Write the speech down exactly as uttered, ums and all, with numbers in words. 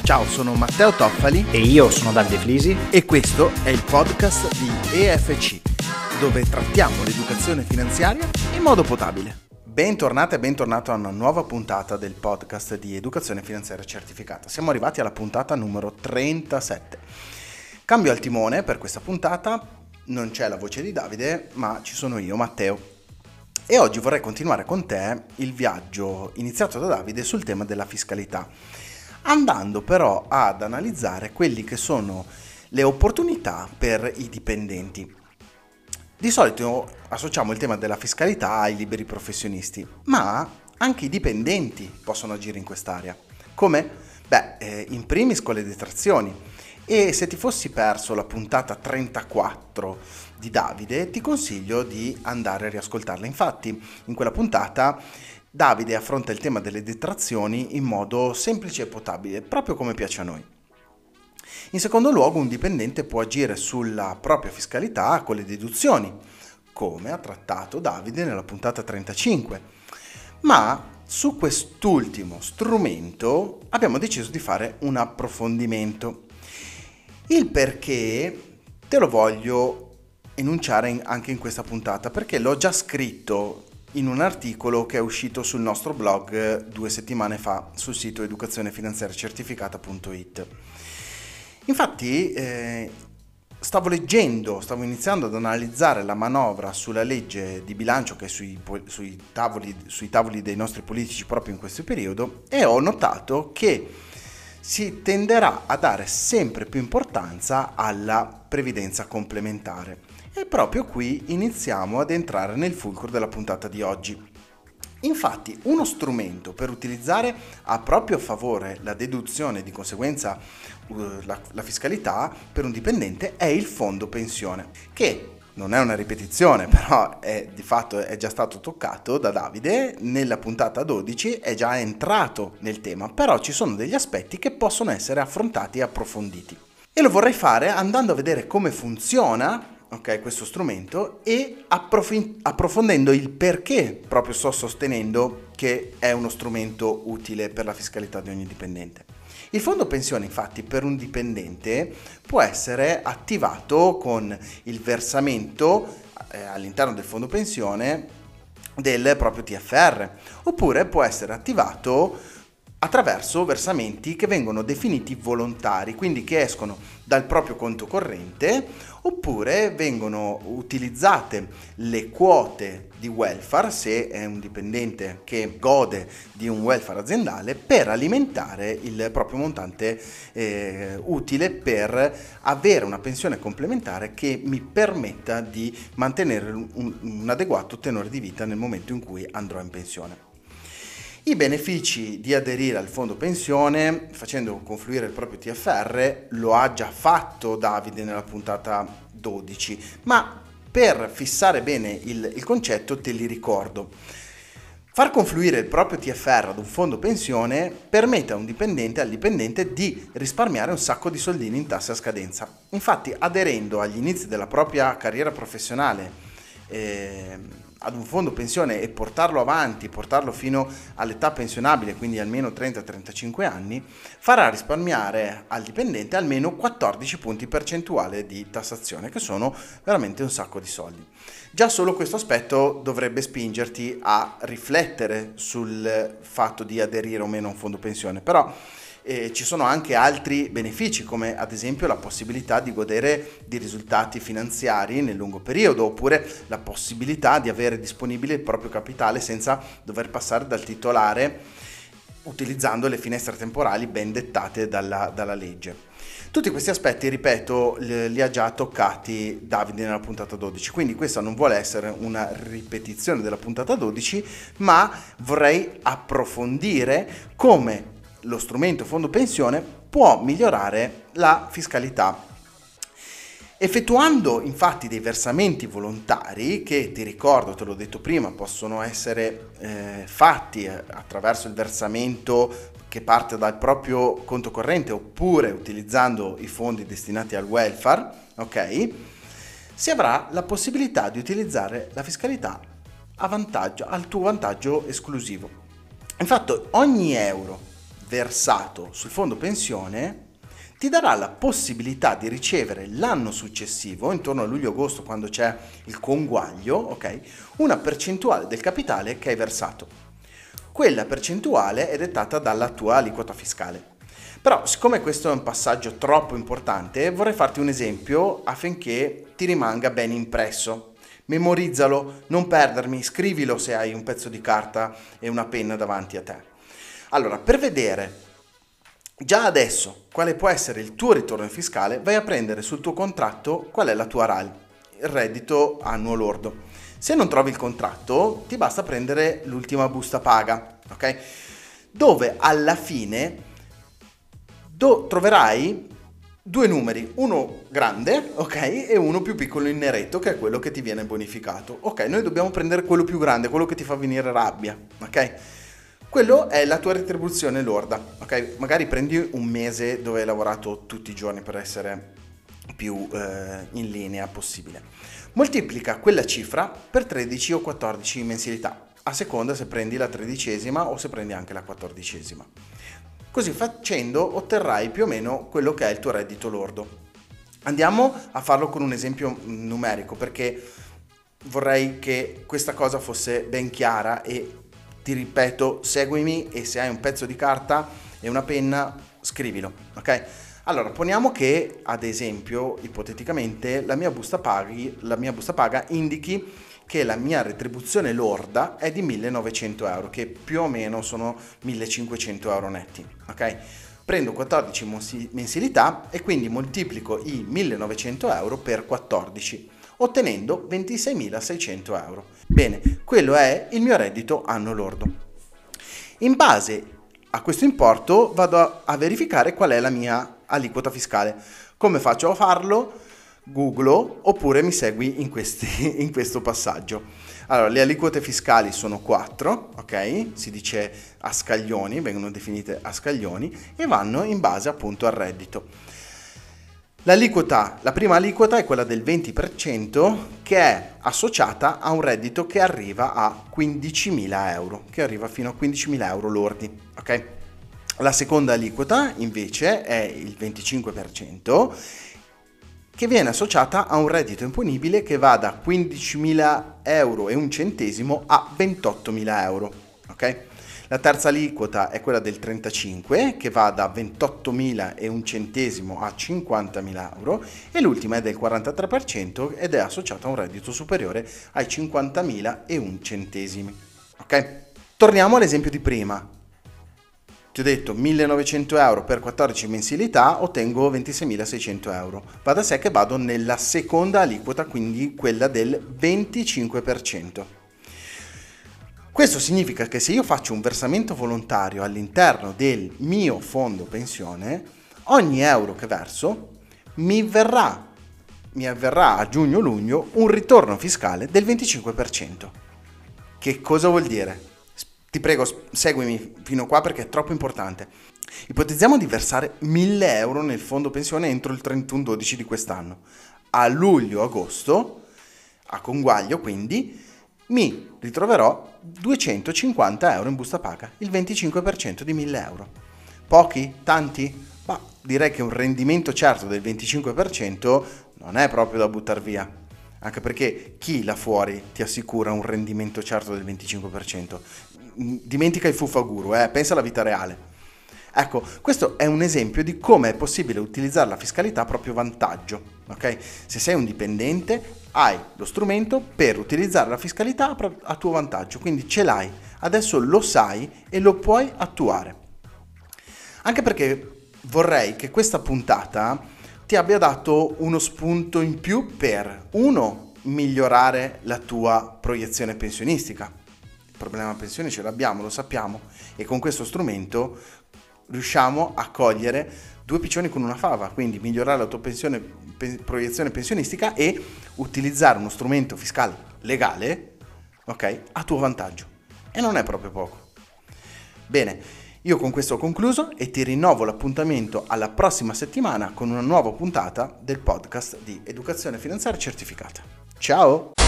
Ciao, sono Matteo Toffali e io sono Davide Flisi e questo è il podcast di E F C, dove trattiamo l'educazione finanziaria in modo potabile. Bentornate e bentornato a una nuova puntata del podcast di educazione finanziaria certificata. Siamo arrivati alla puntata numero trentasette. Cambio al timone per questa puntata, non c'è la voce di Davide, ma ci sono io, Matteo. E oggi vorrei continuare con te il viaggio iniziato da Davide sul tema della fiscalità, andando però ad analizzare quelli che sono le opportunità per i dipendenti. Di solito associamo il tema della fiscalità ai liberi professionisti, ma anche i dipendenti possono agire in quest'area. Come? Beh, eh, in primis con le detrazioni. E se ti fossi perso la puntata trentaquattro di Davide, ti consiglio di andare a riascoltarla. Infatti, in quella puntata Davide affronta il tema delle detrazioni in modo semplice e potabile, proprio come piace a noi. In secondo luogo, un dipendente può agire sulla propria fiscalità con le deduzioni, come ha trattato Davide nella puntata trentacinque. Ma su quest'ultimo strumento abbiamo deciso di fare un approfondimento. Il perché te lo voglio enunciare in, anche in questa puntata, perché l'ho già scritto in un articolo che è uscito sul nostro blog due settimane fa sul sito educazione finanziaria certificata punto it. Infatti eh, stavo leggendo, stavo iniziando ad analizzare la manovra sulla legge di bilancio che è sui, sui, tavoli, sui tavoli dei nostri politici proprio in questo periodo, e ho notato che si tenderà a dare sempre più importanza alla previdenza complementare. E proprio qui iniziamo ad entrare nel fulcro della puntata di oggi. Infatti, uno strumento per utilizzare a proprio favore la deduzione e di conseguenza uh, la, la fiscalità per un dipendente è il fondo pensione, che non è una ripetizione, però è, di fatto è già stato toccato da Davide nella puntata dodici, è già entrato nel tema, però ci sono degli aspetti che possono essere affrontati e approfonditi. E lo vorrei fare andando a vedere come funziona, ok, questo strumento, e approf- approfondendo il perché proprio sto sostenendo che è uno strumento utile per la fiscalità di ogni dipendente. Il fondo pensione, infatti, per un dipendente può essere attivato con il versamento eh, all'interno del fondo pensione del proprio T F R, oppure può essere attivato attraverso versamenti che vengono definiti volontari, quindi che escono dal proprio conto corrente, oppure vengono utilizzate le quote di welfare, se è un dipendente che gode di un welfare aziendale, per alimentare il proprio montante eh, utile per avere una pensione complementare che mi permetta di mantenere un, un adeguato tenore di vita nel momento in cui andrò in pensione. I benefici di aderire al fondo pensione facendo confluire il proprio T F R lo ha già fatto Davide nella puntata dodici, ma per fissare bene il, il concetto te li ricordo. Far confluire il proprio T F R ad un fondo pensione permette a un dipendente, al dipendente, di risparmiare un sacco di soldini in tasse a scadenza. Infatti, aderendo agli inizi della propria carriera professionale eh, ad un fondo pensione e portarlo avanti, portarlo fino all'età pensionabile, quindi almeno trenta trentacinque anni, farà risparmiare al dipendente almeno quattordici punti percentuali di tassazione, che sono veramente un sacco di soldi. Già solo questo aspetto dovrebbe spingerti a riflettere sul fatto di aderire o meno a un fondo pensione, però Eh, ci sono anche altri benefici, come ad esempio la possibilità di godere di risultati finanziari nel lungo periodo, oppure la possibilità di avere disponibile il proprio capitale senza dover passare dal titolare, utilizzando le finestre temporali ben dettate dalla, dalla legge. Tutti questi aspetti, ripeto, li, li ha già toccati Davide nella puntata dodici, quindi questa non vuole essere una ripetizione della puntata dodici, ma vorrei approfondire come lo strumento fondo pensione può migliorare la fiscalità. Effettuando infatti dei versamenti volontari, che ti ricordo, te l'ho detto prima, possono essere eh, fatti attraverso il versamento che parte dal proprio conto corrente oppure utilizzando i fondi destinati al welfare, ok? Si avrà la possibilità di utilizzare la fiscalità a vantaggio, al tuo vantaggio esclusivo. Infatti ogni euro versato sul fondo pensione ti darà la possibilità di ricevere l'anno successivo, intorno a luglio-agosto, quando c'è il conguaglio, ok, una percentuale del capitale che hai versato. Quella percentuale è dettata dalla tua aliquota fiscale. Però, siccome questo è un passaggio troppo importante, vorrei farti un esempio affinché ti rimanga ben impresso. Memorizzalo, non perdermi, scrivilo se hai un pezzo di carta e una penna davanti a te. Allora, per vedere già adesso quale può essere il tuo ritorno fiscale, vai a prendere sul tuo contratto qual è la tua R A L, il reddito annuo lordo. Se non trovi il contratto, ti basta prendere l'ultima busta paga, ok? Dove alla fine do- troverai due numeri, uno grande, ok, e uno più piccolo in neretto, che è quello che ti viene bonificato. Ok, noi dobbiamo prendere quello più grande, quello che ti fa venire rabbia, ok? Quello è la tua retribuzione lorda, ok? Magari prendi un mese dove hai lavorato tutti i giorni per essere più eh, in linea possibile. Moltiplica quella cifra per tredici o quattordici mensilità, a seconda se prendi la tredicesima o se prendi anche la quattordicesima. Così facendo otterrai più o meno quello che è il tuo reddito lordo. Andiamo a farlo con un esempio numerico, perché vorrei che questa cosa fosse ben chiara e ti ripeto, seguimi e se hai un pezzo di carta e una penna, scrivilo, ok? Allora, poniamo che, ad esempio, ipoteticamente, la mia busta paghi, la mia busta paga indichi che la mia retribuzione lorda è di millenovecento euro, che più o meno sono millecinquecento euro netti, ok? Prendo quattordici mensilità e quindi moltiplico i millenovecento euro per quattordici, ottenendo ventiseimilaseicento euro. Bene, quello è il mio reddito anno lordo. In base a questo importo vado a verificare qual è la mia aliquota fiscale. Come faccio a farlo? Googlo oppure mi segui in, questi, in questo passaggio. Allora, le aliquote fiscali sono quattro, ok? Si dice a scaglioni, vengono definite a scaglioni e vanno in base appunto al reddito. L'aliquota, la prima aliquota è quella del venti per cento, che è associata a un reddito che arriva a quindicimila euro, che arriva fino a quindicimila euro lordi, ok? La seconda aliquota invece è il venticinque per cento, che viene associata a un reddito imponibile che va da quindicimila euro e un centesimo a ventottomila euro, ok? La terza aliquota è quella del trentacinque, che va da ventottomila e un centesimo a cinquantamila euro, e l'ultima è del quarantatré per cento ed è associata a un reddito superiore ai cinquantamila e un centesimi. Ok? Torniamo all'esempio di prima. Ti ho detto millenovecento euro per quattordici mensilità, ottengo ventiseimilaseicento euro. Va da sé che vado nella seconda aliquota, quindi quella del venticinque per cento. Questo significa che se io faccio un versamento volontario all'interno del mio fondo pensione, ogni euro che verso mi verrà, mi avverrà a giugno-luglio un ritorno fiscale del venticinque per cento. Che cosa vuol dire? Ti prego, seguimi fino qua perché è troppo importante. Ipotizziamo di versare mille euro nel fondo pensione entro il trentuno dicembre di quest'anno. A luglio-agosto, a conguaglio quindi, mi ritroverò duecentocinquanta euro in busta paga, il venticinque per cento di mille euro. Pochi? Tanti? Ma direi che un rendimento certo del venticinque per cento non è proprio da buttare via, anche perché chi là fuori ti assicura un rendimento certo del venticinque per cento? Dimentica il fuffaguru, eh? Pensa alla vita reale. Ecco, questo è un esempio di come è possibile utilizzare la fiscalità a proprio vantaggio, ok? Se sei un dipendente hai lo strumento per utilizzare la fiscalità a tuo vantaggio, quindi ce l'hai, adesso lo sai e lo puoi attuare. Anche perché vorrei che questa puntata ti abbia dato uno spunto in più per, uno, migliorare la tua proiezione pensionistica. Il problema pensione ce l'abbiamo, lo sappiamo, e con questo strumento riusciamo a cogliere due piccioni con una fava, quindi migliorare la tua pensione, pe, proiezione pensionistica e utilizzare uno strumento fiscale legale, ok, a tuo vantaggio. E non è proprio poco. Bene, io con questo ho concluso e ti rinnovo l'appuntamento alla prossima settimana con una nuova puntata del podcast di Educazione Finanziaria Certificata. Ciao!